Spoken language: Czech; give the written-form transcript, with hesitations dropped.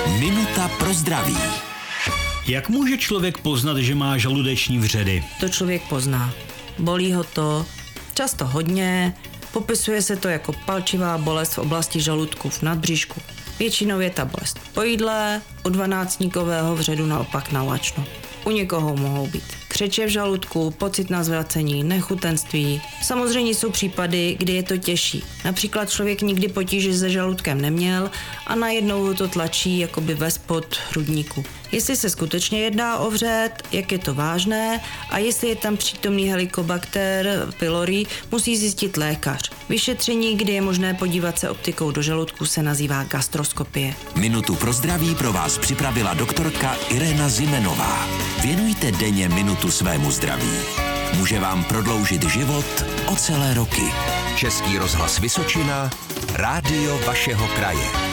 Minuta pro zdraví. Jak může člověk poznat, že má žaludeční vředy? To člověk pozná. Bolí ho to, často hodně, popisuje se to jako palčivá bolest v oblasti žaludku v nadbříšku. Většinou je ta bolest po jídle, u dvanáctníkového vředu naopak na lačno. U někoho mohou být křeče v žaludku, pocit na zvracení, nechutenství. Samozřejmě jsou případy, kdy je to těžší. Například člověk nikdy potíže se žaludkem neměl a najednou ho to tlačí jakoby vespod hrudníku. Jestli se skutečně jedná o vřed, jak je to vážné a jestli je tam přítomný Helicobacter pylori, musí zjistit lékař. Vyšetření, kdy je možné podívat se optikou do žaludku, se nazývá gastroskopie. Minutu pro zdraví pro vás připravila doktorka Irena Zimenová. Věnujte denně minutu svému zdraví. Může vám prodloužit život o celé roky. Český rozhlas Vysočina, rádio vašeho kraje.